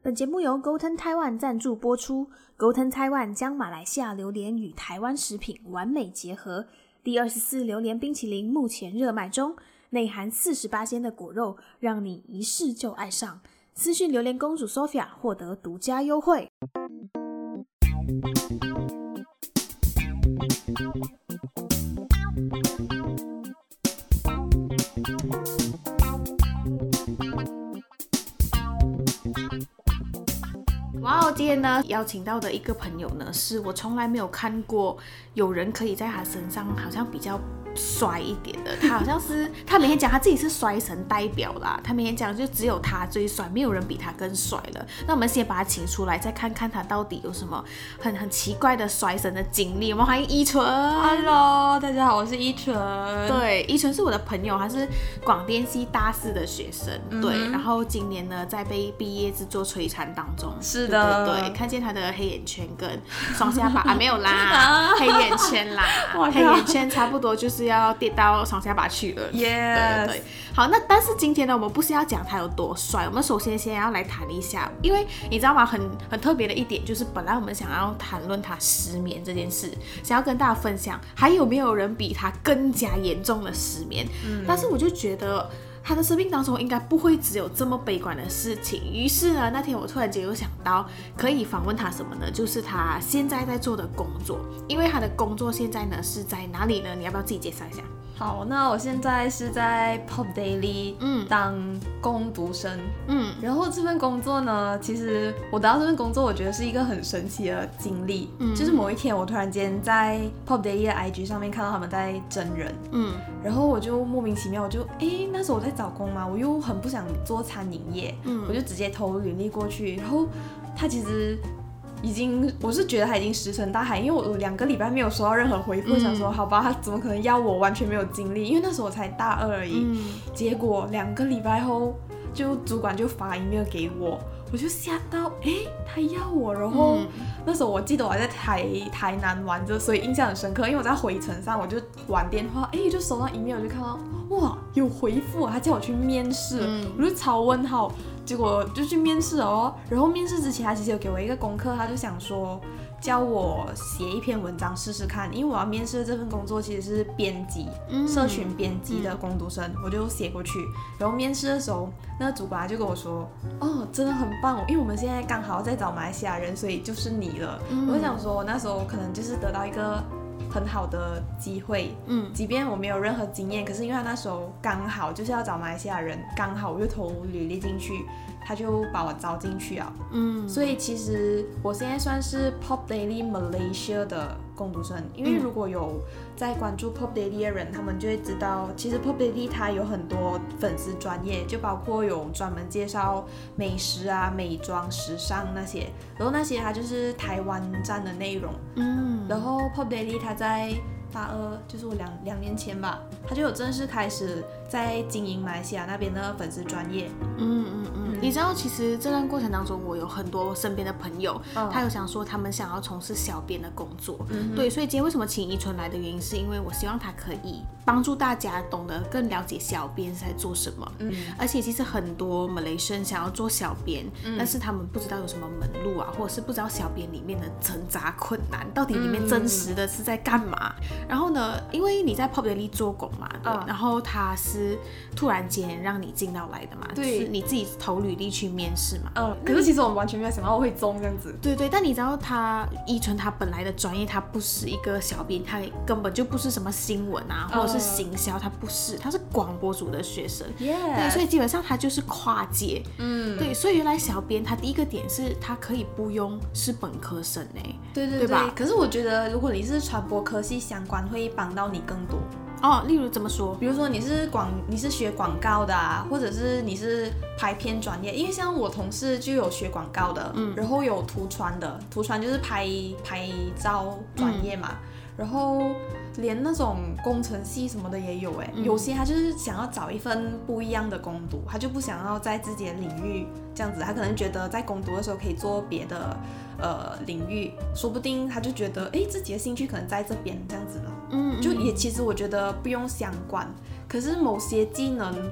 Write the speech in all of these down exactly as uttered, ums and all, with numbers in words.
本节目由 GoTen Taiwan 赞助播出。GoTen Taiwan 将马来西亚榴莲与台湾食品完美结合。第二十四榴莲冰淇淋目前热卖中，内含 百分之四十八 的果肉，让你一试就爱上。私讯榴莲公主 Sophia 获得独家优惠。哇哦，今天呢邀请到的一个朋友呢，是我从来没有看过有人可以在他身上好像比较衰一点的。他好像是他每天讲他自己是衰神代表啦，他每天讲就只有他最帅，没有人比他更帅了。那我们先把他请出来，再看看他到底有什么很很奇怪的衰神的经历。我们欢迎依纯。 Hello， 大家好，我是依纯。 对，依纯是我的朋友，他是广电系大四的学生。嗯、对，然后今年呢在被毕业制作摧残当中。 是的。 对对对，看见他的黑眼圈跟双下巴啊，没有啦，黑眼圈啦，黑眼圈差不多就是要跌到双下巴去了。 Yes。 对对。好，那但是今天呢，我们不是要讲他有多帅，我们首先先要来谈一下，因为你知道吗？很很特别的一点就是，本来我们想要谈论他失眠这件事，想要跟大家分享，还有没有人比他更加严重的失眠？嗯，但是我就觉得。他的生命当中应该不会只有这么悲观的事情，于是呢，那天我突然间有想到，可以访问他什么呢？就是他现在在做的工作，因为他的工作现在呢是在哪里呢？你要不要自己介绍一下？ 好，那我现在是在 Pop Daily 嗯当工读生嗯，然后这份工作呢，其实我得到这份工作，我觉得是一个很神奇的经历，嗯，就是某一天我突然间在 Pop Daily 的 I G 上面看到他们在真人，嗯，然后我就莫名其妙，我就哎那时候我在找工嘛，我又很不想做餐饮业，嗯，我就直接投履历过去，然后他其实。已经，我是觉得他已经石沉大海，因为我两个礼拜没有收到任何回复，我、嗯、想说好吧，他怎么可能要我？完全没有经历，因为那时候我才大二而已。嗯、结果两个礼拜后，就主管就发 email 给我，我就吓到，哎，他要我。然后、嗯、那时候我记得我还在台台南玩着，所以印象很深刻。因为我在回程上，我就玩电话，哎，就收到 email， 我就看到哇有回复，他叫我去面试，嗯、我就超问号。结果就去面试哦，然后面试之前他其实有给我一个功课，他就想说教我写一篇文章试试看，因为我要面试的这份工作其实是编辑，嗯、社群编辑的工读生，嗯、我就写过去。然后面试的时候，那个主管就跟我说，哦，真的很棒，因为我们现在刚好在找马来西亚人，所以就是你了。嗯、我就想说，我那时候可能就是得到一个很好的机会，嗯，即便我没有任何经验，可是因为他那时候刚好就是要找马来西亚人，刚好我就投履历进去，他就把我招进去啊，嗯，所以其实我现在算是 Pop Daily Malaysia 的工读生，因为如果有在关注 Pop Daily 的人，他们就会知道，其实 Pop Daily 它有很多粉丝专页，就包括有专门介绍美食啊、美妆、时尚那些，然后那些它就是台湾站的内容，嗯，然后 Pop Daily 它在大二，就是我两两年前吧，他就有正式开始在经营马来西亚那边的粉丝专页。 嗯嗯嗯，你知道其实这段过程当中，我有很多身边的朋友，嗯、他有想说他们想要从事小编的工作。嗯、对，所以今天为什么请依纯来的原因，是因为我希望他可以帮助大家懂得更了解小编是在做什么。嗯，而且其实很多 Malaysian 想要做小编，嗯、但是他们不知道有什么门路啊，或者是不知道小编里面的挣扎困难，到底里面真实的是在干嘛。嗯然后呢，因为你在 Pop Daily 做工嘛，对，嗯、然后他是突然间让你进到来的嘛，对，就是你自己投履历去面试嘛， 嗯，可是其实我们完全没有想到我会中这样子， 对对，但你知道他依纯他本来的专业，他不是一个小编，他根本就不是什么新闻啊，或者是行销，他不是，他是广播组的学生， yes. 对，所以基本上他就是跨界，嗯，对，所以原来小编他第一个点是他可以不用是本科生哎， 对对 对, 对吧？可是我觉得如果你是传播科系相关，会帮到你更多哦。例如怎么说？ 比如说你是广，你是学广告的啊，或者是你是拍片专业，因为像我同事就有学广告的，嗯，然后有图传的，图传就是拍拍照专业嘛，嗯、然后连那种工程系什么的也有哎，嗯、有些他就是想要找一份不一样的工读，他就不想要在自己的领域这样子，他可能觉得在工读的时候可以做别的呃领域，说不定他就觉得哎自己的兴趣可能在这边这样子呢，嗯，就也其实我觉得不用相关，可是某些技能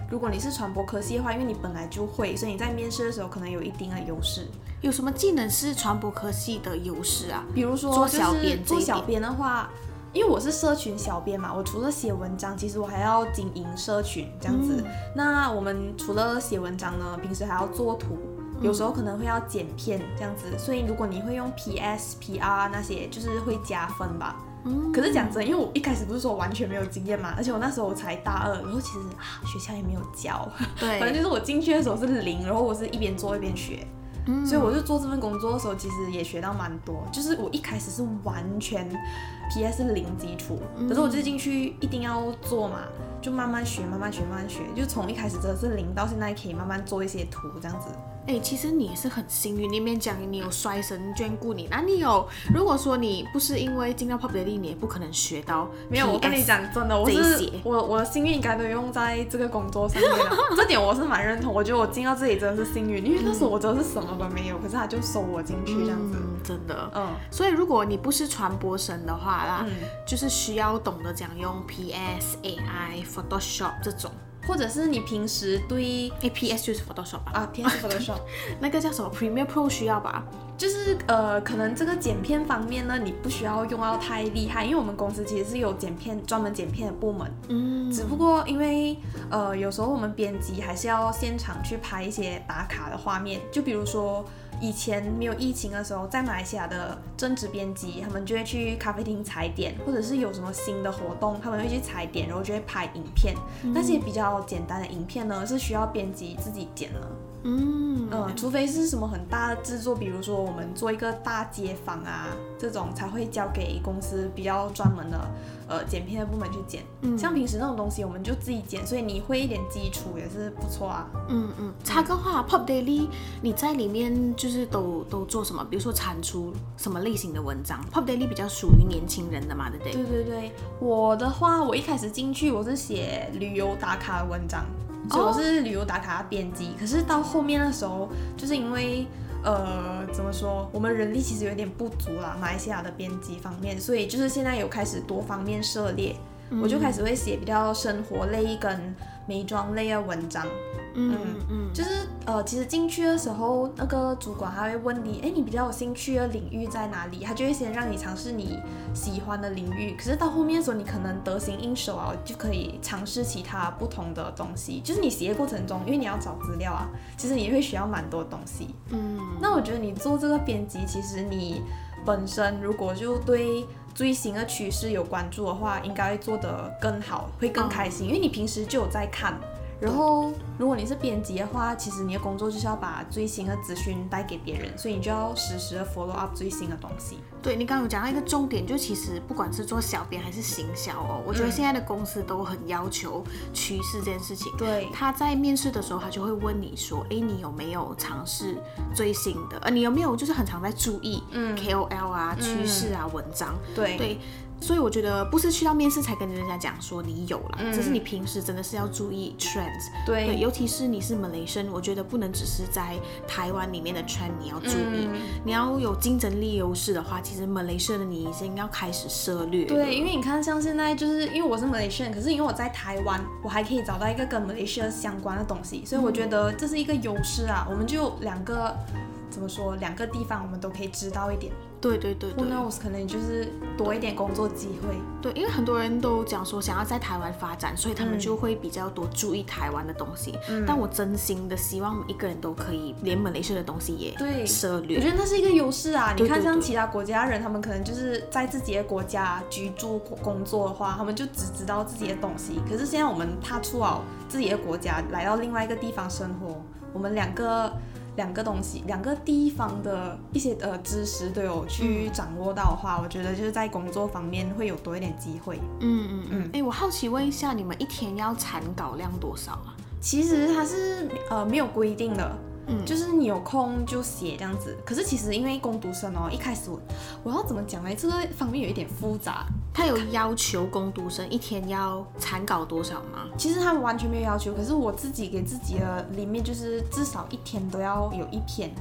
如果你是传播科系的话，因为你本来就会，所以你在面试的时候可能有一定的优势。 有什么技能是传播科系的优势啊？ 比如说做小编， 做小编的话，因为我是社群小编嘛，我除了写文章，其实我还要经营社群这样子。嗯、那我们除了写文章呢，平时还要做图，有时候可能会要剪片这样子。所以如果你会用 P S、P R 那些，就是会加分吧。嗯、可是讲真，因为我一开始不是说完全没有经验嘛，而且我那时候才大二，然后其实啊学校也没有教，对，反正就是我进去的时候是零，然后我是一边做一边学。嗯、所以我就做这份工作的时候，其实也学到蛮多。就是我一开始是完全 P S 零基础，嗯、可是我就进去一定要做嘛，就慢慢学，慢慢学，慢慢学，就从一开始真的是零到现在可以慢慢做一些图这样子。 哎、欸，其实你也是很幸运，那边讲你有衰神眷顾你，那你有，如果说你不是因为进到 Pop Daily， 你也不可能学到 P S。 没有，我跟你讲真的，我是我我的幸运应该都用在这个工作上面了，这点我是蛮认同。我觉得我进到这里真的是幸运，因为那时候我真的是什么都没有，可是他就收我进去这样子， 嗯、真的，嗯。所以如果你不是传播生的话啦，嗯、就是需要懂得讲用 P S、A I、Photoshop 这种。 或者是你平时对 A P S 就是 Photoshop 吧？ 啊 ，P S Photoshop 那个叫什么 Premiere Pro 需要吧？ 就是呃，可能这个剪片方面呢，你不需要用到太厉害，因为我们公司其实是有剪片专门剪片的部门。嗯。只不过因为呃，有时候我们编辑还是要现场去拍一些打卡的画面，就比如说以前没有疫情的时候，在马来西亚的正职编辑，他们就会去咖啡厅踩点，或者是有什么新的活动，他们会去踩点，然后就会拍影片。嗯、那些比较简单的影片呢，是需要编辑自己剪的。嗯嗯，除非是什么很大的制作，比如说我们做一个大街访啊，这种才会交给公司比较专门的呃剪片的部门去剪。嗯，像平时那种东西我们就自己剪，所以你会一点基础也是不错啊。 嗯嗯，插个话 ，Pop Daily 你在里面就是都都做什么？比如说产出什么类型的文章 ？Pop Daily 比较属于年轻人的嘛，对不对？ 对对对，我的话，我一开始进去我是写旅游打卡的文章。所以我是旅游打卡编辑， oh. 可是到后面的时候，就是因为呃怎么说，我们人力其实有点不足啦，马来西亚的编辑方面，所以就是现在有开始多方面涉猎，嗯、我就开始会写比较生活类跟美妆类的文章。嗯嗯嗯，就是呃，其实进去的时候，那个主管他会问你，哎，你比较有兴趣的领域在哪里？他就会先让你尝试你喜欢的领域。可是到后面的时候，你可能得心应手啊，就可以尝试其他不同的东西。就是你写的过程中，因为你要找资料啊，其实你会学到蛮多东西。嗯，那我觉得你做这个编辑，其实你本身如果就对最新的趋势有关注的话，应该会做得更好，会更开心，因为你平时就有在看。然后，如果你是编辑的话，其实你的工作就是要把最新的资讯带给别人，所以你就要实时的 follow up 最新的东西。 对，你刚刚有讲到一个重点，就其实不管是做小编还是行销哦，我觉得现在的公司都很要求趋势这件事情。 对， 他在面试的时候，他就会问你说，哎，你有没有尝试最新的？呃，你有没有就是很常在注意 K O L 啊、嗯、趋势啊、文章？ 对对。所以我觉得不是去到面试才跟人家讲说你有啦，嗯、只是你平时真的是要注意 trends， 对, 对，尤其是你是 Malaysian， 我觉得不能只是在台湾里面的 trend 你要注意，嗯、你要有竞争力优势的话，其实 Malaysian 的你已经要开始涉略了。 对，因为你看像现在就是因为我是 Malaysian， 可是因为我在台湾，我还可以找到一个跟 Malaysia 相关的东西，所以我觉得这是一个优势啊，我们就两个。怎么说？两个地方我们都可以知道一点。 对对对对 ，Who knows？ 可能就是多一点工作机会。 对，因为很多人都讲说想要在台湾发展，所以他们就会比较多注意台湾的东西。嗯、但我真心的希望每一个人都可以连马来西亚的东西也涉猎。 我觉得那是一个优势啊！你看，像其他国家人，他们可能就是在自己的国家居住工作的话，他们就只知道自己的东西。可是现在我们踏出了自己的国家，来到另外一个地方生活，我们两个。两个东西，两个地方的一些呃知识都有去掌握到的话，嗯、我觉得就是在工作方面会有多一点机会。 嗯嗯嗯。哎，我好奇问一下，你们一天要产稿量多少啊？ 其实它是呃没有规定的。嗯，就是你有空就写这样子，可是其实因为工读生哦，一开始我我要怎么讲呢？这个方面有一点复杂。 他有要求工读生一天要产稿多少吗？ 其实他完全没有要求，可是我自己给自己的里面就是至少一天都要有一篇。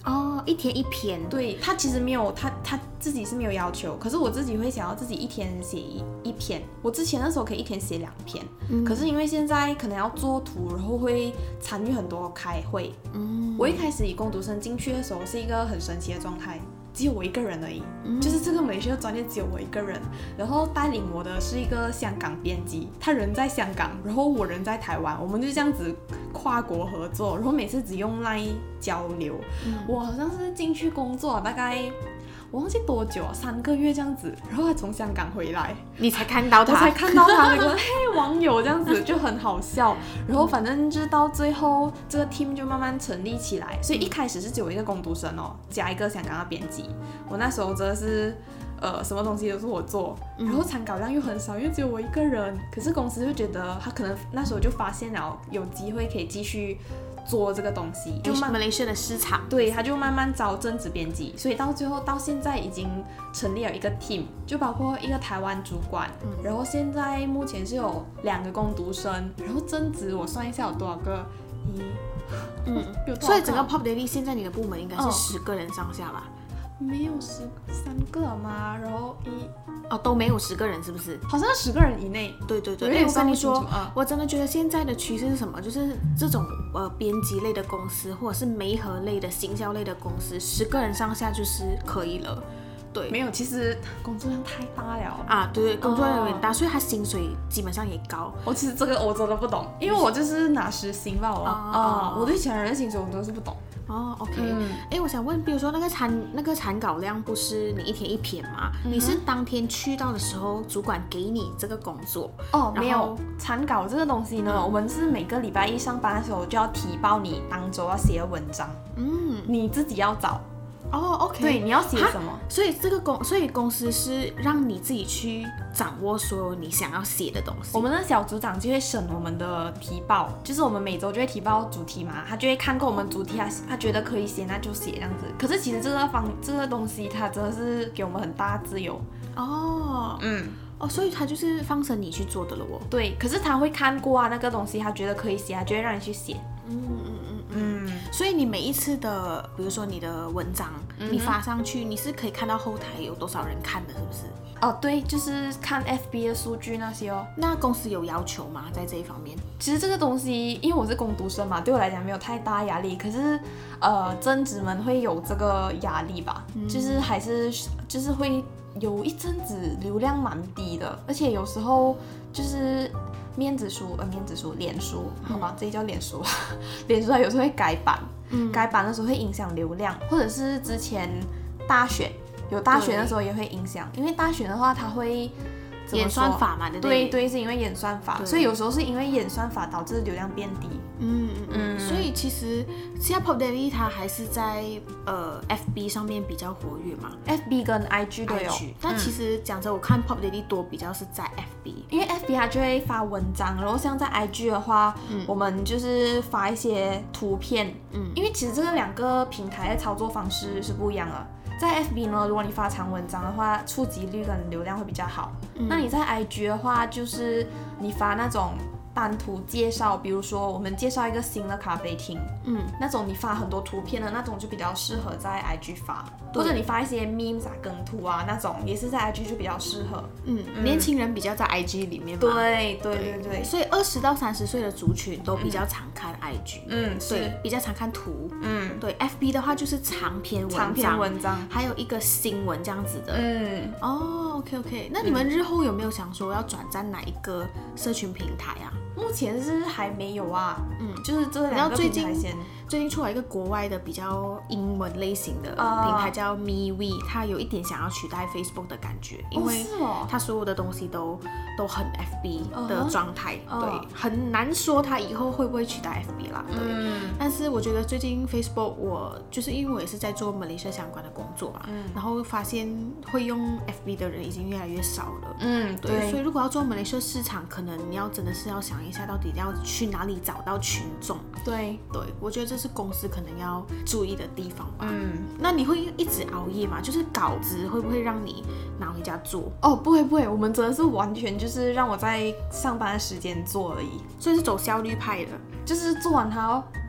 哦，一天一篇。 对，他其实没有，他他自己是没有要求，可是我自己会想要自己一天写一一篇。我之前的时候可以一天写两篇，嗯、可是因为现在可能要做图，然后会参与很多开会。嗯，我一开始以工读生进去的时候是一个很神奇的状态。只有我一个人而已，嗯、就是这个美学专业只有我一个人，然后带领我的是一个香港编辑，他人在香港，然后我人在台湾，我们就这样子跨国合作，然后每次只用 LINE 交流。嗯、我好像是进去工作大概我忘记多久啊，三个月这样子，然后他从香港回来， 你才看到他， 我才看到他那个嘿网友这样子就很好笑，然后反正就是到最后这个 team 就慢慢成立起来，所以一开始是只有一个工读生哦，加一个香港的编辑，我那时候真的是呃什么东西都是我做，然后参考量又很少，因为只有我一个人，可是公司就觉得他可能那时候就发现了有机会可以继续做这个东西， 就马来西亚的市场， 对，他就慢慢招正职编辑，所以到最后到现在已经成立了一个 team， 就包括一个台湾主管，嗯、然后现在目前是有两个工读生，然后正职我算一下有多少个，一， 嗯，有多少个？所以整个 Pop Daily 现在你的部门应该是十个人上下吧？ 嗯、没有十三个吗？然后一。 哦，都没有十个人是不是？ 好像十个人以内。 对对对，因为我跟你说，嗯、我真的觉得现在的趋势是什么？就是这种呃编辑类的公司，或者是媒合类的、行销类的公司，十个人上下就是可以了。对， 没有，其实工作量太大了啊，对对，工作量有点大，哦、所以他薪水基本上也高。 我其实这个我真的不懂，因为我就是拿时薪吧，我啊、哦哦，我对其他人的薪水我都是不懂。 哦 ，OK，哎、嗯欸，我想问，比如说那个产那个产稿量不是你一天一篇吗？嗯、你是当天去到的时候，主管给你这个工作？ 哦，没有，产稿这个东西呢，嗯、我们是每个礼拜一上班的时候就要提报你当周要写的文章，嗯，你自己要找。 哦 ，OK， 对，你要写什么？ 所以这个公，所以公司是让你自己去掌握所有你想要写的东西。 我们的小组长就会审我们的提报，就是我们每周就会提报主题嘛，他就会看过我们主题，他他觉得可以写那就写这样子。可是其实这个方这个东西，它真的是给我们很大自由。 哦，嗯。哦，所以他就是放生你去做的了哦。 对，可是他会看过啊，那个东西他觉得可以写，他就会让你去写。嗯嗯嗯嗯。所以你每一次的，比如说你的文章，嗯、你发上去，你是可以看到后台有多少人看的，是不是？ 哦，对，就是看 F B 的数据那些哦。 那公司有要求吗？在这一方面？ 其实这个东西，因为我是工读生嘛，对我来讲没有太大压力。可是，呃，正职们会有这个压力吧？嗯、就是还是就是会。有一阵子流量蛮低的，而且有时候就是面子书呃面子书脸书好吧，嗯、这一叫脸书，脸书它有时候会改版，嗯、改版的时候会影响流量，或者是之前大选有大选的时候也会影响，因为大选的话它会演算法嘛，对不对？ 对对，是因为演算法，所以有时候是因为演算法导致流量变低。 嗯嗯嗯。所以其实现在 Pop Daily 它还是在呃 F B 上面比较活跃嘛 ，F B 跟 I G 都有。 但其实讲真，我看 Pop Daily 多比较是在 F B， 因为 F B 它就会发文章，然后像在 I G 的话，嗯、我们就是发一些图片。嗯，因为其实这个两个平台的操作方式是不一样的。在 F B 呢，如果你发长文章的话，触及率跟流量会比较好。嗯、那你在 I G 的话，就是你发那种单图介绍，比如说我们介绍一个新的咖啡厅，嗯，那种你发很多图片的那种就比较适合在 I G 发，或者你发一些 memes 啊、梗图啊那种，也是在 I G 就比较适合。 嗯，嗯年轻人比较在 I G 里面嘛。 对对对对， 所以二十到三十岁的族群都比较常看 I G。嗯，对，比较常看图。嗯，对 ，F B 的话就是长篇文章， 长篇文章， 还有一个新闻这样子的。嗯，哦 ，OK OK， 那你们日后有没有想说要转战哪一个社群平台啊？ 目前是还没有啊，嗯，就是这两个平台先。 最近出来一个国外的比较英文类型的平台叫 MeWe， 它有一点想要取代 Facebook 的感觉，因为它所有的东西都都很 F B 的状态，uh-huh. 对， uh-huh. 很难说它以后会不会取代 F B 啦，对。嗯、但是我觉得最近 Facebook 我就是因为我也是在做马来西亚相关的工作嘛，嗯、然后发现会用 F B 的人已经越来越少了，嗯，对。对所以如果要做马来西亚市场，可能你要真的是要想一下，到底要去哪里找到群众， 对对，我觉得这是公司可能要注意的地方吧。嗯，那你会一直熬夜吗？就是稿子会不会让你拿回家做？ 哦，不会不会，我们真的是完全就是让我在上班的时间做而已， 所以是走效率派的， 就是做完它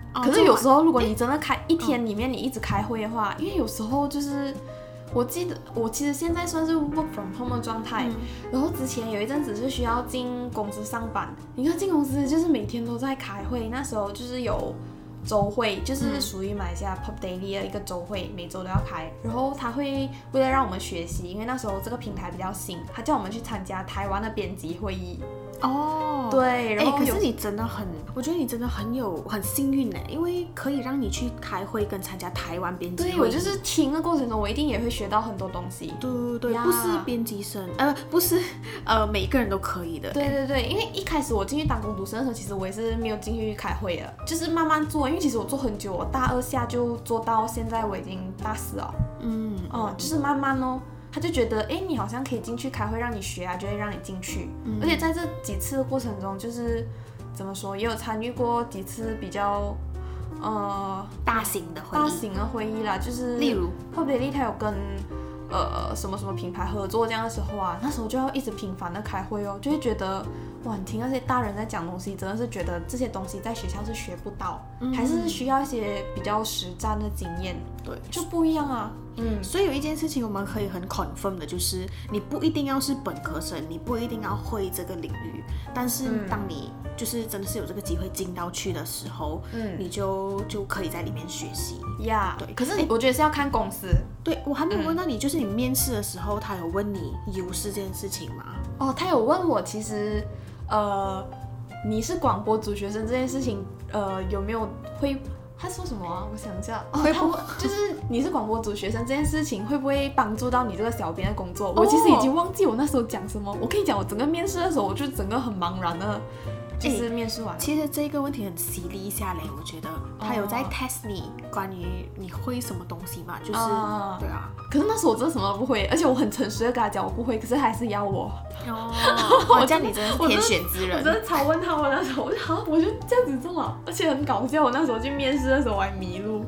可是有时候如果你真的开一天里面你一直开会的话，因为有时候就是我记得我其实现在算是 work from home 的状态、嗯、然后之前有一阵子是需要进公司上班，你看进公司就是每天都在开会，那时候就是有周会，就是属于马来西亚 Pop Daily 的一个周会，每周都要开，然后他会为了让我们学习，因为那时候这个平台比较新，他叫我们去参加台湾的编辑会议。 哦， 对，然后、 欸、可是你真的很，我觉得你真的很有很幸运呢，因为可以让你去开会跟参加台湾编辑会议。 对，我就是听的过程中，我一定也会学到很多东西。 对对对，不是编辑生，呃，不是，呃，每一个人都可以的。 对对对，因为一开始我进去当工读生的时候，其实我也是没有进去开会的，就是慢慢做，因为其实我做很久，我大二下就做到现在，我已经大四了。嗯，哦、嗯，就是慢慢哦。他就觉得，哎，你好像可以进去开会，让你学啊，就会让你进去。嗯、而且在这几次的过程中，就是怎么说，也有参与过几次比较呃大型的会议， 大型的会议啦，就是例如 Pop Daily 他有跟呃什么什么品牌合作这样的时候啊，那时候就要一直频繁的开会哦，就会觉得哇，你听那些大人在讲东西，真的是觉得这些东西在学校是学不到，嗯、还是需要一些比较实战的经验， 对， 就不一样啊。 嗯，所以有一件事情我们可以很 confirm 的，就是你不一定要是本科生，你不一定要会这个领域，但是当你就是真的是有这个机会进到去的时候，嗯，你就就可以在里面学习呀。Yeah, 对，可是我觉得是要看公司。 对，我还没有问到你，嗯、就是你面试的时候，他有问你优势这件事情吗？ 哦，他有问我，其实呃，你是广播组学生这件事情，呃，有没有会？他说什么啊？我想一下，哦，他就是你是广播组学生这件事情会不会帮助到你这个小编的工作？哦、我其实已经忘记我那时候讲什么。我跟你讲，我整个面试的时候，我就整个很茫然的，就是面试完、欸。 其实这个问题很犀利下来，我觉得他有在 test 你关于你会什么东西嘛？就是、哦、对啊。 可是那时候我真的什么都不会，而且我很诚实的跟他讲我不会，可是还是要我。 哦，我这样你真的是天选之人。 我真的超问他，我那时候我就好，我就这样子做了，而且很搞笑。我那时候去面试的时候我还迷路。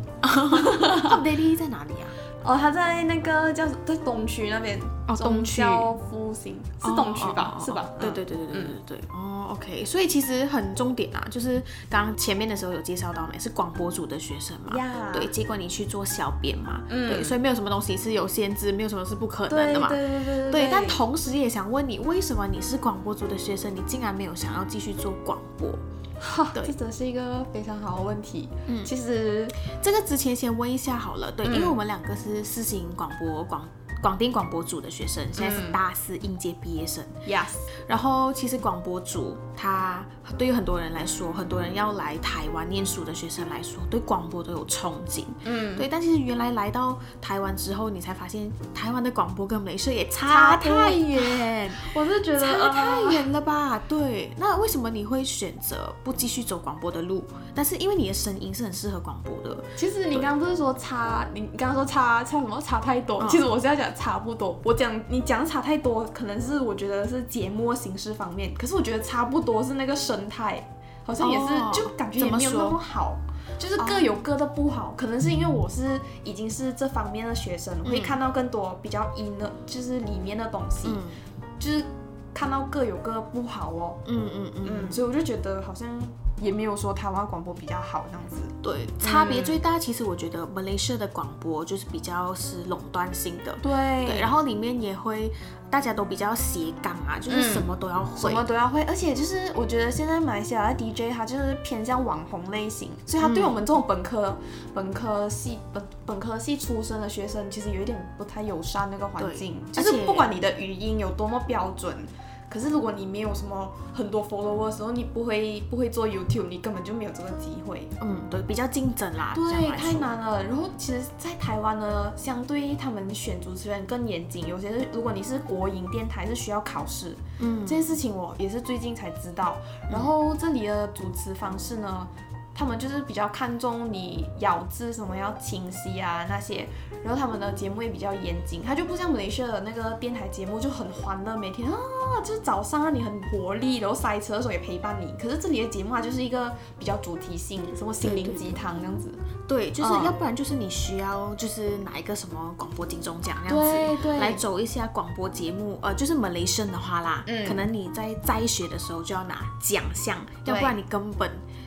Pop Daily 在哪里啊？ 哦，他在那个叫在东区那边。 哦，东区。 复兴是东区吧？哦、是吧？ 对对对对对对对对。哦 ，OK， 所以其实很重点啊，就是刚刚前面的时候有介绍到嘛，是广播组的学生嘛。Yeah. 对，结果你去做小编嘛。嗯。对，所以没有什么东西是有限制，没有什么是不可能的嘛。 对对对 对, 对, 对。但同时也想问你，为什么你是广播组的学生，你竟然没有想要继续做广播？ 对，这真是一个非常好的问题。嗯，其实这个之前先问一下好了。对，嗯、因为我们两个是世新广播广。广电广播组的学生，现在是大四应届毕业生。 Yes。 然后其实广播组，它对于很多人来说，很多人要来台湾念书的学生来说，对广播都有憧憬。嗯，对。但其实原来来到台湾之后，你才发现台湾的广播跟马来西亚也差太远。 我是觉得差太远了吧？呃、对。那为什么你会选择不继续走广播的路？但是因为你的声音是很适合广播的。 其实你刚刚不是说差，你刚刚说差差什么差太多？嗯、其实我是要讲。差不多，我讲你讲差太多，可能是我觉得是节目形式方面，可是我觉得差不多是那个生态，好像也是、哦、就感觉也没有那么好，就是各有各的不好，哦、可能是因为我是已经是这方面的学生，嗯、会看到更多比较阴的，就是里面的东西，嗯、就是看到各有各的不好哦，嗯嗯嗯嗯，所以我就觉得好像。也没有说台湾广播比较好这样子， 对，差别最大、嗯、其实我觉得马来西亚的广播就是比较是垄断性的， 对对，然后里面也会大家都比较斜杠啊，就是什么都要会、嗯， 什么都要会，而且就是我觉得现在马来西亚的 D J 他就是偏向网红类型，所以他对我们这种本科、嗯、本科系本本科系出身的学生，其实有一点不太友善那个环境，就是不管你的语音有多么标准。可是如果你没有什么很多 follower 的时候，你不会不会做 YouTube， 你根本就没有这个机会。 嗯，对，比较竞争啦。 对，太难了。然后其实，在台湾呢，相对他们选主持人更严谨，有些是如果你是国营电台是需要考试。嗯，这件事情我也是最近才知道。然后这里的主持方式呢？他们就是比较看重你咬字什么要清晰啊那些，然后他们的节目也比较严谨，它就不像马来西亚的那个电台节目就很欢乐，每天啊就是早上让你很活力，然后塞车的时候也陪伴你。可是这里的节目它就是一个比较主题性，什么心灵鸡汤这样子。 对，就是、嗯、要不然就是你需要就是拿一个什么广播金钟奖这样子， 对对， 来走一下广播节目，呃，就是马来西亚的话啦，嗯、可能你在在学的时候就要拿奖项，要不然你根本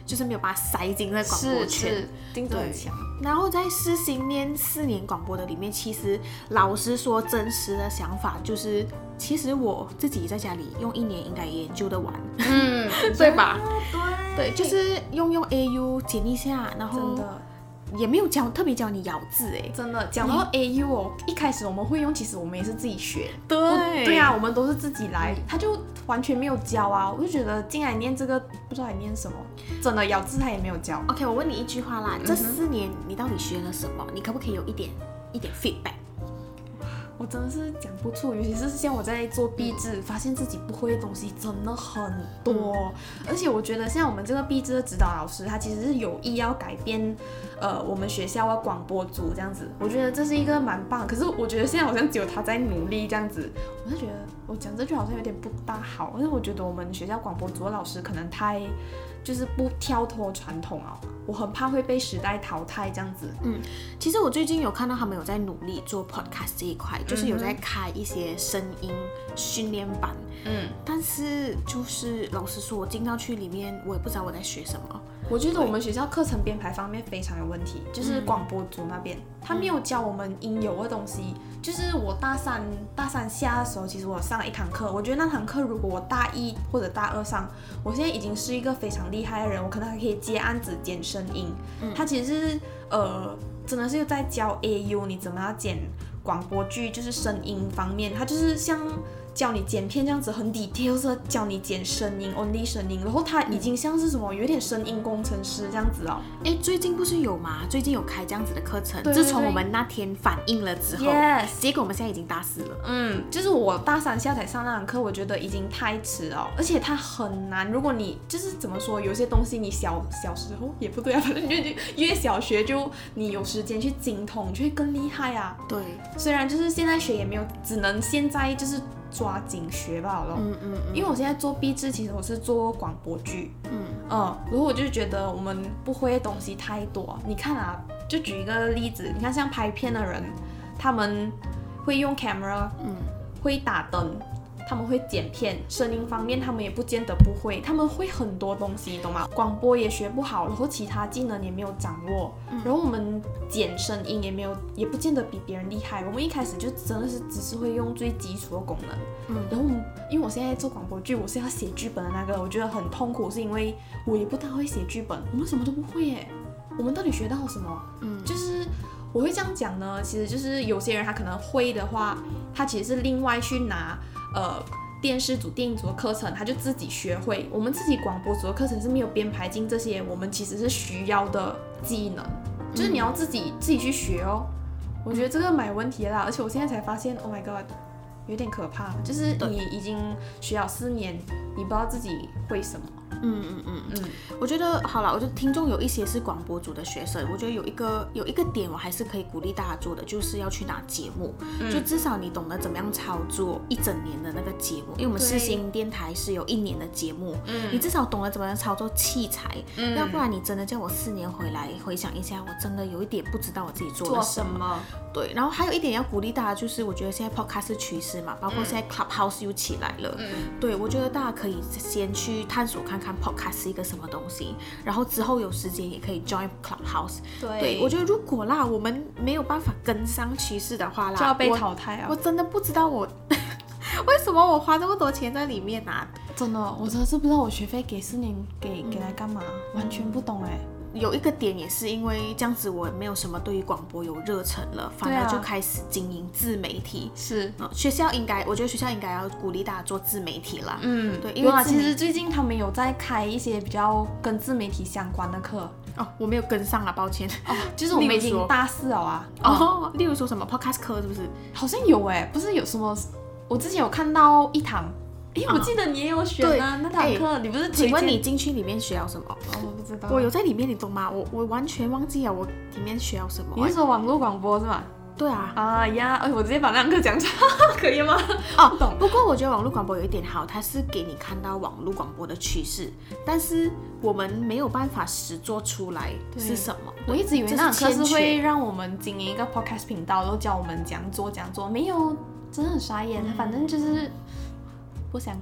就是没有把它塞进那广播圈， 竞争很强。 然后在世新念四年广播的里面，其实老实说，真实的想法就是，其实我自己在家里用一年应该也研究得完，嗯，对吧？对，对，就是用用 A U 剪一下，然后真的。也没有教特别教你咬字哎， 真的讲到 A U 哦，一开始我们会用，其实我们也是自己学， 对对啊，我们都是自己来，他就完全没有教啊，我就觉得进来念这个不知道来念什么，真的咬字他也没有教。 OK， 我问你一句话啦，这四年你到底学了什么？你可不可以有一点一点 feedback？ 我真的是讲不出，尤其是像我在做毕制，发现自己不会的东西真的很多，嗯、而且我觉得像我们这个毕制的指导老师，他其实是有意要改变，呃，我们学校的广播组这样子，我觉得这是一个蛮棒。可是我觉得现在好像只有他在努力这样子，我就觉得我讲这句好像有点不大好，但是我觉得我们学校广播组的老师可能太就是不跳脱传统啊，我很怕会被时代淘汰这样子。 嗯，其实我最近有看到他们有在努力做 podcast 这一块，就是有在开一些声音训练班。嗯，但是就是老实说，我进到去里面，我也不知道我在学什么。 我觉得我们学校课程编排方面非常有问题，就是广播组那边、嗯、他没有教我们应有的东西。就是我大三大三下的时候，其实我上了一堂课，我觉得那堂课如果我大一或者大二上，我现在已经是一个非常厉害的人，我可能还可以接案子剪声音。嗯，他其实是呃真的是在教 A U 你怎么样剪广播剧，就是声音方面，他就是像教你剪片这样子很 details 教你剪声音 only 声音，然后他已经像是什么有点声音工程师这样子哦。 哎，最近不是有吗？最近有开这样子的课程，自从我们那天反映了之后 yes 结果我们现在已经大四了。 嗯，就是我大三下才上那堂课，我觉得已经太迟了，而且它很难。如果你就是怎么说，有些东西你小小时候也不对啊，反正就越小学就你有时间去精通，你就会更厉害啊。 对， 虽然就是现在学也没有，只能现在就是抓紧学吧了。嗯嗯嗯。因为我现在做毕制，其实我是做广播剧。嗯嗯。然后我就觉得我们不会的东西太多。你看啊，就举一个例子，你看像拍片的人，他们会用 camera， 嗯，会打灯，他们会剪片，声音方面他们也不见得不会，他们会很多东西，懂吗？广播也学不好，然后其他技能也没有掌握，嗯、然后我们剪声音也没有，也不见得比别人厉害。我们一开始就真的是只是会用最基础的功能，嗯，然后因为我现在做广播剧，我是要写剧本的那个，我觉得很痛苦，是因为我也不太会写剧本，我们什么都不会耶，我们到底学到什么？嗯，就是我会这样讲呢，其实就是有些人他可能会的话，他其实是另外去拿。呃，电视组、电影组的课程，他就自己学会。我们自己广播组的课程是没有编排进这些，我们其实是需要的技能，就是你要自己、嗯、自己去学哦。我觉得这个蛮有问题的啦，而且我现在才发现 ，Oh my god， 有点可怕，就是你已经学了四年，你不知道自己会什么。嗯嗯嗯嗯，我觉得好了，我觉得听众有一些是广播组的学生，我觉得有一个有一个点我还是可以鼓励大家做的，就是要去拿节目，嗯、就至少你懂得怎么样操作一整年的那个节目，因为我们世新电台是有一年的节目，嗯、你至少懂得怎么样操作器材，嗯、要不然你真的叫我四年回来回想一下，我真的有一点不知道我自己做了什么。什么对，然后还有一点要鼓励大家，就是我觉得现在 podcast 是趋势嘛，包括现在 Clubhouse 又起来了，嗯、对我觉得大家可以先去探索看看 podcast 是一个什么东西，然后之后有时间也可以 join Clubhouse。对，对我觉得如果啦，我们没有办法跟上趋势的话啦， 就要被淘汰啊！ 我, 我真的不知道我为什么我花这么多钱在里面啊！ 真的，我真的是不知道我学费给四年给给来干嘛，嗯、完全不懂哎。 有一个点也是因为这样子，我没有什么对于广播有热忱了，反而就开始经营自媒体。 是、 嗯，学校应该，我觉得学校应该要鼓励大家做自媒体啦。 嗯，对，因为其实最近他们有在开一些比较跟自媒体相关的课。 哦，我没有跟上啊，抱歉。 哦，就是我们已经大四了啊。 哦，例如说什么 podcast 课是不是？ 好像有哎、欸，不是有什么？我之前有看到一堂。哎，我记得你也有选啊，那堂课你不是？ 请问你进去里面学到什么？ 哦，我不知道。 我有在里面，你懂吗？我我完全忘记了我里面学到什么。 你是说网络广播是吗？ 对啊。 啊呀，哎，我直接把那堂课讲出来，可以吗？ 哦，懂。不过我觉得网络广播有一点好，它是给你看到网络广播的趋势，但是我们没有办法实做出来是什么。 我一直以为那堂课是会让我们经营一个 podcast 频道，然后教我们讲做讲做，没有，真的很傻眼。嗯、反正就是。不相关，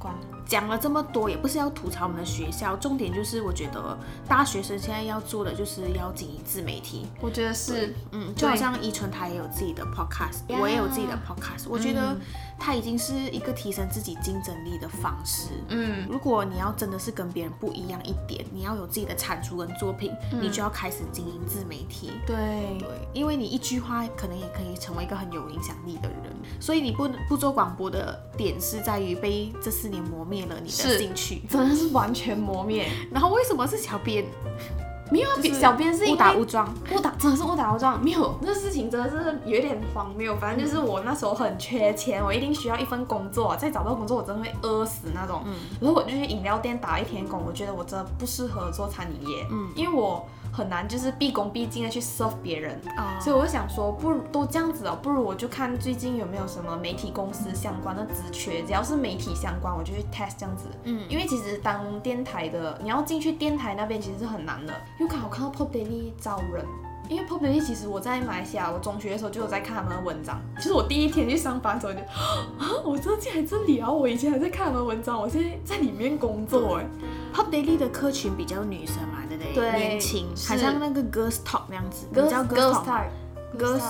讲了这么多，也不是要吐槽我们的学校，重点就是我觉得大学生现在要做的就是要经营自媒体。 我觉得是， 嗯，就好像依纯他也有自己的 podcast， 我也有自己的 podcast， 我觉得它已经是一个提升自己竞争力的方式。嗯，如果你要真的是跟别人不一样一点，你要有自己的产出跟作品，嗯、你就要开始经营自媒体。 对对，因为你一句话可能也可以成为一个很有影响力的人，所以你不不做广播的点是在于被这四年磨灭了你的兴趣， 真的是完全磨灭。 然后为什么是小编？ 没有，就是、小编是因为误打误撞， 误打真的是误打误撞。没有，那事情真的是有点荒谬。反正就是我那时候很缺钱，我一定需要一份工作，再找到工作我真的会饿死那种。嗯，然后我就去饮料店打一天工，我觉得我真的不适合做餐饮业，嗯，因为我很难就是毕恭毕敬的去 serve 别人，哦、所以我就想说，不如都这样子哦，不如我就看最近有没有什么媒体公司相关的职缺，只要是媒体相关，我就去 test 这样子。嗯，因为其实当电台的，你要进去电台那边其实是很难的，因为刚好看到 Pop Daily 招人。因为 Pop Daily 其实我在马来西亚，我中学的时候就有在看他们的文章。就是我第一天去上班的时候就，啊，我这竟然在这里啊！我以前还在看他们的文章，我现在在里面工作哎。 Pop Daily 的客群比较女生嘛，对不对？对，年轻，好像那个 Girls Talk 那样子，你知道 Girls Talk？Girls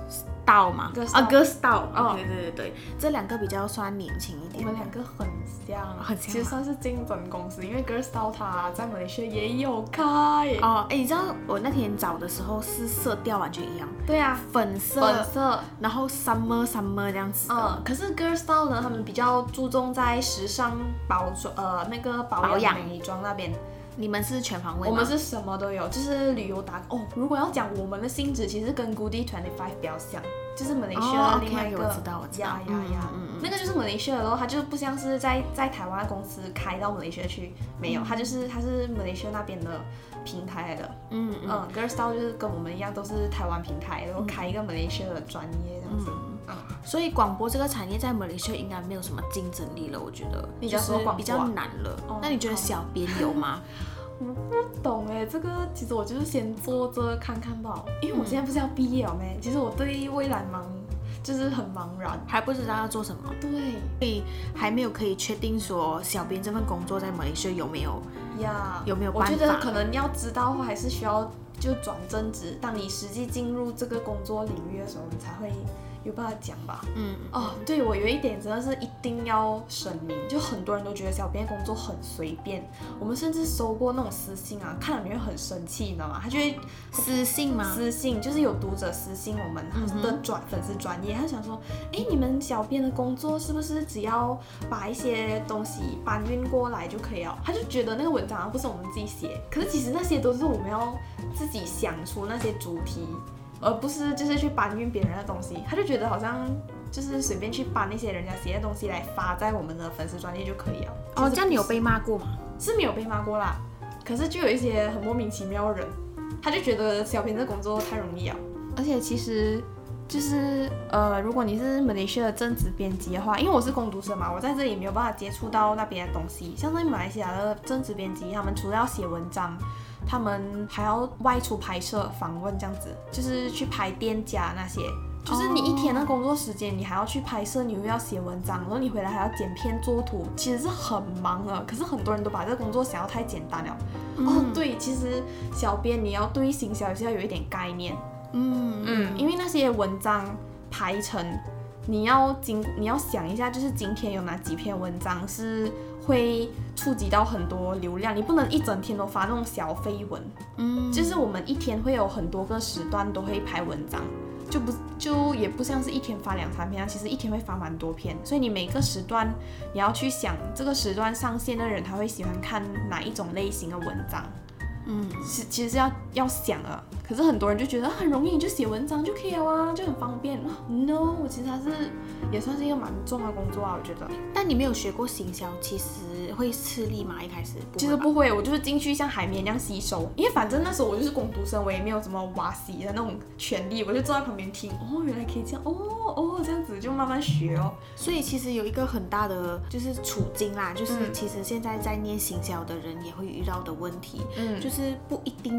Style 嘛，啊 Girls Style， 哦，对对对对，这两个比较算年轻一点。 我们两个很像， 很像， 其实算是竞争公司，因为 Girls Style 它在马来西亚也有开。 哦，哎，你知道我那天找的时候是色调完全一样。 对啊， 粉色， 粉色， 然后 summer summer 这样子的。 嗯，可是 Girls Style 呢，他们比较注重在时尚包装，呃，那个保养美妆那边。 你们是全方位吗？ 我们是什么都有，就是旅游打哦。如果要讲我们的性质，其实跟 Goody twenty five 比较像，就是马来西亚另外一个。 我知道，我知道。 呀呀呀，那个就是马来西亚的，然后它就不像是在在台湾的公司开到马来西亚去，没有，它就是它是马来西亚那边的平台来的。嗯嗯 ，Girls Style 就是跟我们一样，都是台湾平台，然后开一个马来西亚的专业这样子。 嗯，所以广播这个产业在马来西亚应该没有什么竞争力了，我觉得，就是比较难了。哦、那你觉得小编有吗？ 我不懂哎，这个其实我就是先做着看看吧，因为我现在不是要毕业了没？其实我对未来茫就是很茫然， 还不知道要做什么。 对， 所以还没有可以确定说小编这份工作在马来西亚有没有呀？有没有办法？ 我觉得可能要知道的话，还是需要就转正职。当你实际进入这个工作领域的时候，你才会有办法讲吧。嗯，哦，对，我有一点真的是一定要声明，就很多人都觉得小编工作很随便，我们甚至收过那种私信啊，看了你会很生气，你知道吗？他就会私信吗？ 私信就是有读者私信我们的转粉丝专业，他想说，哎，你们小编的工作是不是只要把一些东西搬运过来就可以了？他就觉得那个文章不是我们自己写，可是其实那些都是我们要自己想出那些主题。而不是就是去搬运别人的东西，他就觉得好像就是随便去搬那些人家写的东西来发在我们的粉丝专页就可以了。 哦，这样你有被骂过吗？ 是没有被骂过啦，可是就有一些很莫名其妙的人，他就觉得小编这工作太容易了。而且其实就是呃，如果你是马来西亚的正职编辑的话，因为我是工读生嘛，我在这里没有办法接触到那边的东西。像在马来西亚的正职编辑，他们除了要写文章，他们还要外出拍摄、访问这样子，就是去拍店家那些。就是你一天的工作时间，你还要去拍摄，你又要写文章，然后你回来还要剪片、做图，其实是很忙的。可是很多人都把这个工作想要太简单了。嗯、哦，对，其实小编你要对行销也是要有一点概念。嗯嗯，因为那些文章排成，你要今你要想一下，就是今天有哪几篇文章是会触及到很多流量，你不能一整天都发那种小废文。嗯，就是我们一天会有很多个时段都会拍文章，就不就也不像是一天发两三篇啊，其实一天会发蛮多篇，所以你每个时段你要去想这个时段上线的人他会喜欢看哪一种类型的文章。嗯，其其实是要要想啊，可是很多人就觉得很容易，你就写文章就可以了啊，就很方便。No， 我其实它是也算是一个蛮重的工作啊，我觉得。 但你没有学过行销，其实会吃力吗？一开始？ 其实不会，我就是进去像海绵一样吸收，因为反正那时候我就是工读生，我也没有什么挖西的那种权利，我就坐在旁边听，哦，原来可以这样，哦哦，这样子就慢慢学哦。 所以其实有一个很大的就是处境啦，就是其实现在在念行销的人也会遇到的问题，嗯，就是不一定你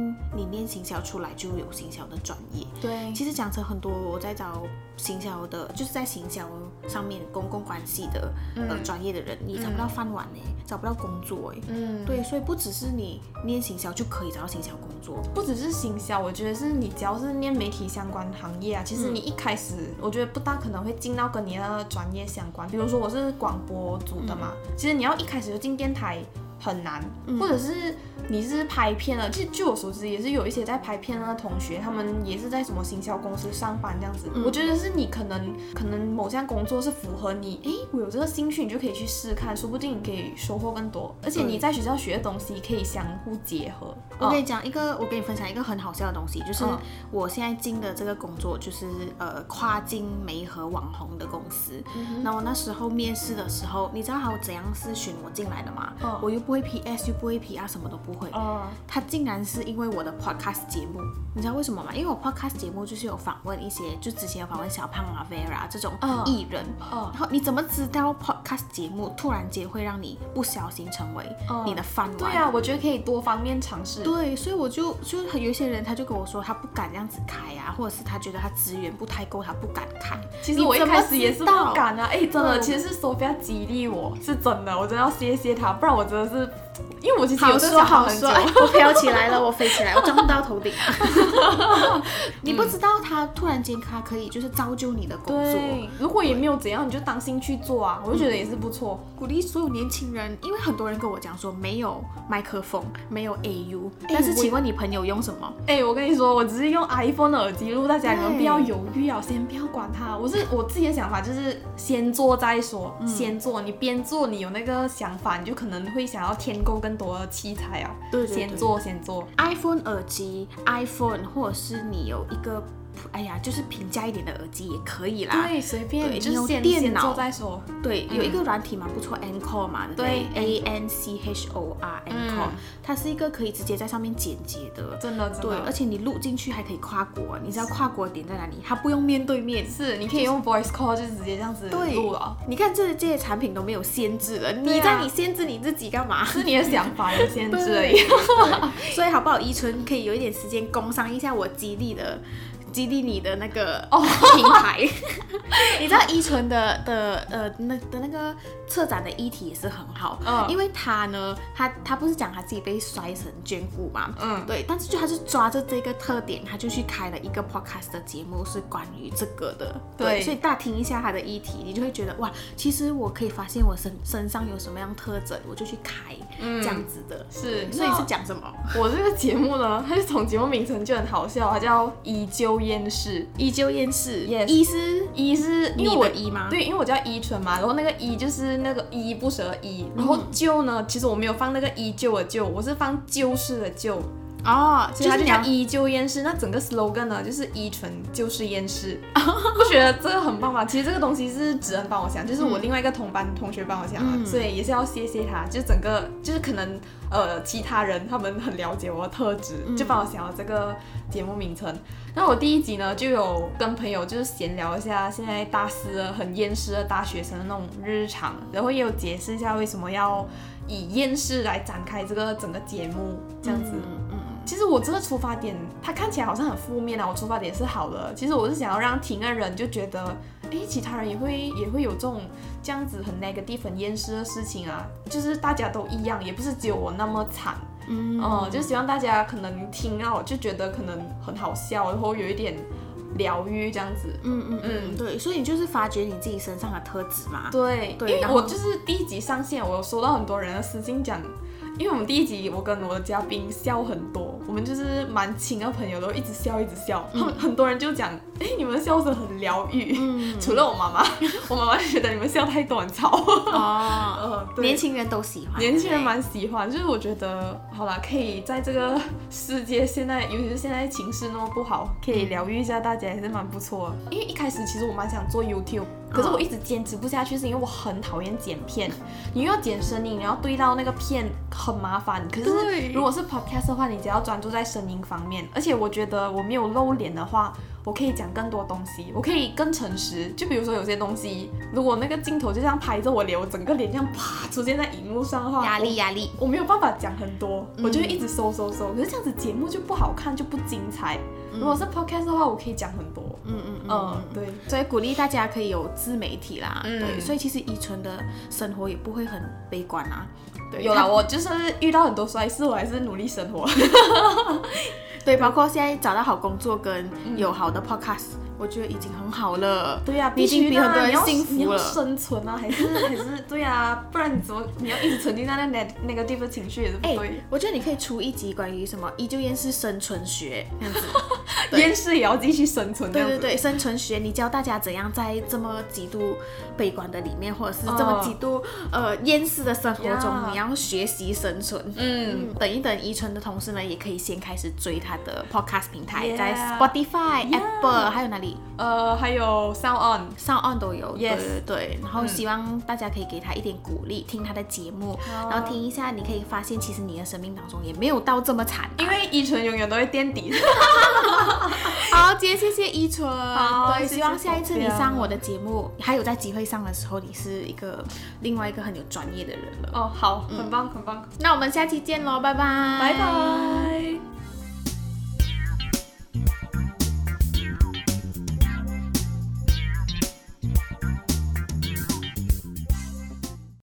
你念行销出来就有行销的专业。 对， 其实讲成很多我在找行销的，就是在行销上面公共关系的、嗯、呃专业的人，你找不到饭碗呢、嗯，找不到工作哎。嗯，对，所以不只是你念行销就可以找到行销工作， 不只是行销，我觉得是你只要是念媒体相关行业啊，其实你一开始、嗯、我觉得不大可能会进到跟你的专业相关。比如说我是广播组的嘛，嗯、其实你要一开始就进电台很难，嗯、或者是你是拍片了，据据我所知也是有一些在拍片的同学，他们也是在什么行销公司上班这样子。嗯、我觉得是你可能可能某项工作是符合你，哎，我有这个兴趣，你就可以去试看，说不定你可以收获更多。而且你在学校学的东西可以相互结合。 我跟你讲一个，我跟你分享一个很好笑的东西，就是我现在进的这个工作就是呃跨境媒和网红的公司。嗯、那我那时候面试的时候，你知道他怎样是选我进来的吗？哦、我又不会 P S， 又不会 P R， 什么都不会。哦、他竟然是因为我的 podcast 节目，你知道为什么吗？因为我 podcast 节目就是有访问一些，就之前有访问小胖啊、Vera 这种艺人。哦、然后你怎么知道 podcast 节目突然间会让你不小心成为你的饭碗？ 对啊，我觉得可以多方面尝试。 对，所以我就就有一些人他就跟我说他不敢这样子开啊，或者是他觉得他资源不太够，他不敢开。 其实我一开始也是不敢啊，哎、欸，真的，其实是 Sophia 激励我，是真的，我真的要谢谢他，不然我真的是。因为我其实有这个想法很久， 我飘起来了，我飞起来，我撞不到头顶啊！你不知道他突然间他可以就是造就你的工作， 对，如果也没有怎样，你就当兴趣做啊，我就觉得也是不错。 嗯、鼓励所有年轻人，因为很多人跟我讲说没有麦克风，没有 A U， 但是请问你朋友用什么？ 哎、欸，我跟你说，我只是用 iPhone 的耳机录，大家可能不要犹豫啊，先不要管它。我是我自己的想法就是先做再说，嗯、先做，你边做你有那个想法，你就可能会想要添购更多的器材啊， 对对对， 先做先做 iPhone 耳机 iPhone 或者是你有一个哎呀就是平价一点的耳机也可以啦， 对，随便， 对， 就是先电脑先做再说。 对，有一个软体蛮不错 Anchor 嘛，对 ，A N C H O R Anchor，、嗯、它是一个可以直接在上面剪接的， 真的真的， 对，而且你录进去还可以跨国，你知道跨国点在哪里？它不用面对面， 是你可以用 voice call 就直接这样子录了。 你看这这些产品都没有限制了，你在你限制你自己干嘛？ 是你的想法有限制而已。 所以好不好？依纯可以有一点时间工商一下我激励的。激励你的那个品牌，你知道依纯的的呃那的那个策展的议题也是很好，嗯、因为他呢，他他不是讲他自己被摔成眷顾嘛，嗯，对，但是就他是抓着这个特点，他就去开了一个 podcast 的节目，是关于这个的，对，对，所以大听一下他的议题，你就会觉得哇，其实我可以发现我身身上有什么样特征，我就去开、嗯、这样子的， 是， 所以是讲什么？ 我这个节目呢，它是从节目名称就很好笑，它叫依旧厌世， 依旧厌世， yes， 依是依是因为我依吗？ 对，因为我叫依纯嘛，然后那个依就是那个依不舍的依，然后旧呢，其实我没有放那个依旧的旧，我是放旧式的旧。哦，所以它就叫依旧厌世。那整个 slogan 呢，就是依纯就是厌世。不觉得这个很棒吗？其实这个东西是芷恩帮我想，就是我另外一个同班同学帮我想的，嗯、所以也是要谢谢他。就整个就是可能呃其他人他们很了解我的特质，嗯、就帮我想了这个节目名称。那我第一集呢就有跟朋友就是闲聊一下现在大四的很厌世的大学生的那种日常，然后也有解释一下为什么要以厌世来展开这个整个节目这样子。嗯嗯其实我这个出发点，它看起来好像很负面啊，我出发点是好的。其实我是想要让听的人就觉得，哎，其他人也会也会有这种这样子很 negative 很厌世的事情啊，就是大家都一样，也不是只有我那么惨。嗯，呃、就希望大家可能听到就觉得可能很好笑，然后有一点疗愈这样子。嗯嗯嗯， 对，所以你就是发掘你自己身上的特质嘛。 对，对，因为我就是第一集上线，我有收到很多人的私信讲。因为我们第一集我跟我的嘉宾笑很多，我们就是蛮亲的朋友，都一直笑一直笑。嗯、很多人就讲，哎，你们的笑声很疗愈。嗯、除了我妈妈，我妈妈觉得你们笑太多很吵。哦， 呃，年轻人都喜欢， 年轻人蛮喜欢。就是我觉得，好啦，可以在这个世界现在，尤其是现在情势那么不好，可以疗愈一下大家也是蛮不错的。因为一开始其实我蛮想做 YouTube。可是我一直坚持不下去，是因为我很讨厌剪片。你又要剪声音，你要对到那个片，很麻烦。可是如果是 podcast 的话，你只要专注在声音方面。而且我觉得我没有露脸的话， 我可以讲更多东西，我可以更诚实。就比如说有些东西，如果那个镜头就这样拍着我脸，我整个脸这样啪出现在荧幕上的话， 压力压力， 我没有办法讲很多，嗯、我就会一直收收收。可是这样子节目就不好看，就不精彩。嗯、如果是 podcast 的话，我可以讲很多。嗯嗯嗯，嗯对， 所以鼓励大家可以有自媒体啦。嗯、对，所以其实依纯的生活也不会很悲观啊。 对，有啦，我就是遇到很多衰事，我还是努力生活。 对，包括现在找到好工作跟有好的 podcast，、嗯、我觉得已经很好了。 对呀、啊， 你已经比很多人幸福了。 你要生存啊，还是还是对呀、啊，不然你怎么你要一直沉浸在那 negative 的情绪也是不对、欸。 我觉得你可以出一集关于什么依旧厌世生存学这样子， 厌世也要继续生存。 对对对，生存学，你教大家怎样在这么极度悲观的里面，或者是这么极度、呃、呃厌世的生活中， yeah. 你要学习生存。嗯，嗯等一等，依纯的同事呢，也可以先开始追他的 podcast 平台， yeah. 在 Spotify、yeah. Apple 还有哪里？ 呃，还有 Sound On。Sound On 都有， yes. 对对对，然后希望大家可以给他一点鼓励，听他的节目， oh. 然后听一下，你可以发现其实你的生命当中也没有到这么惨、啊， 因为依纯永远都会垫底。 好，今天谢谢依纯，对，希望下一次你上我的节目，还有在机会上的时候，你是一个另外一个很有专业的人了。 哦，好，很棒，嗯、很棒。 那我们下期见喽，拜拜， 拜拜。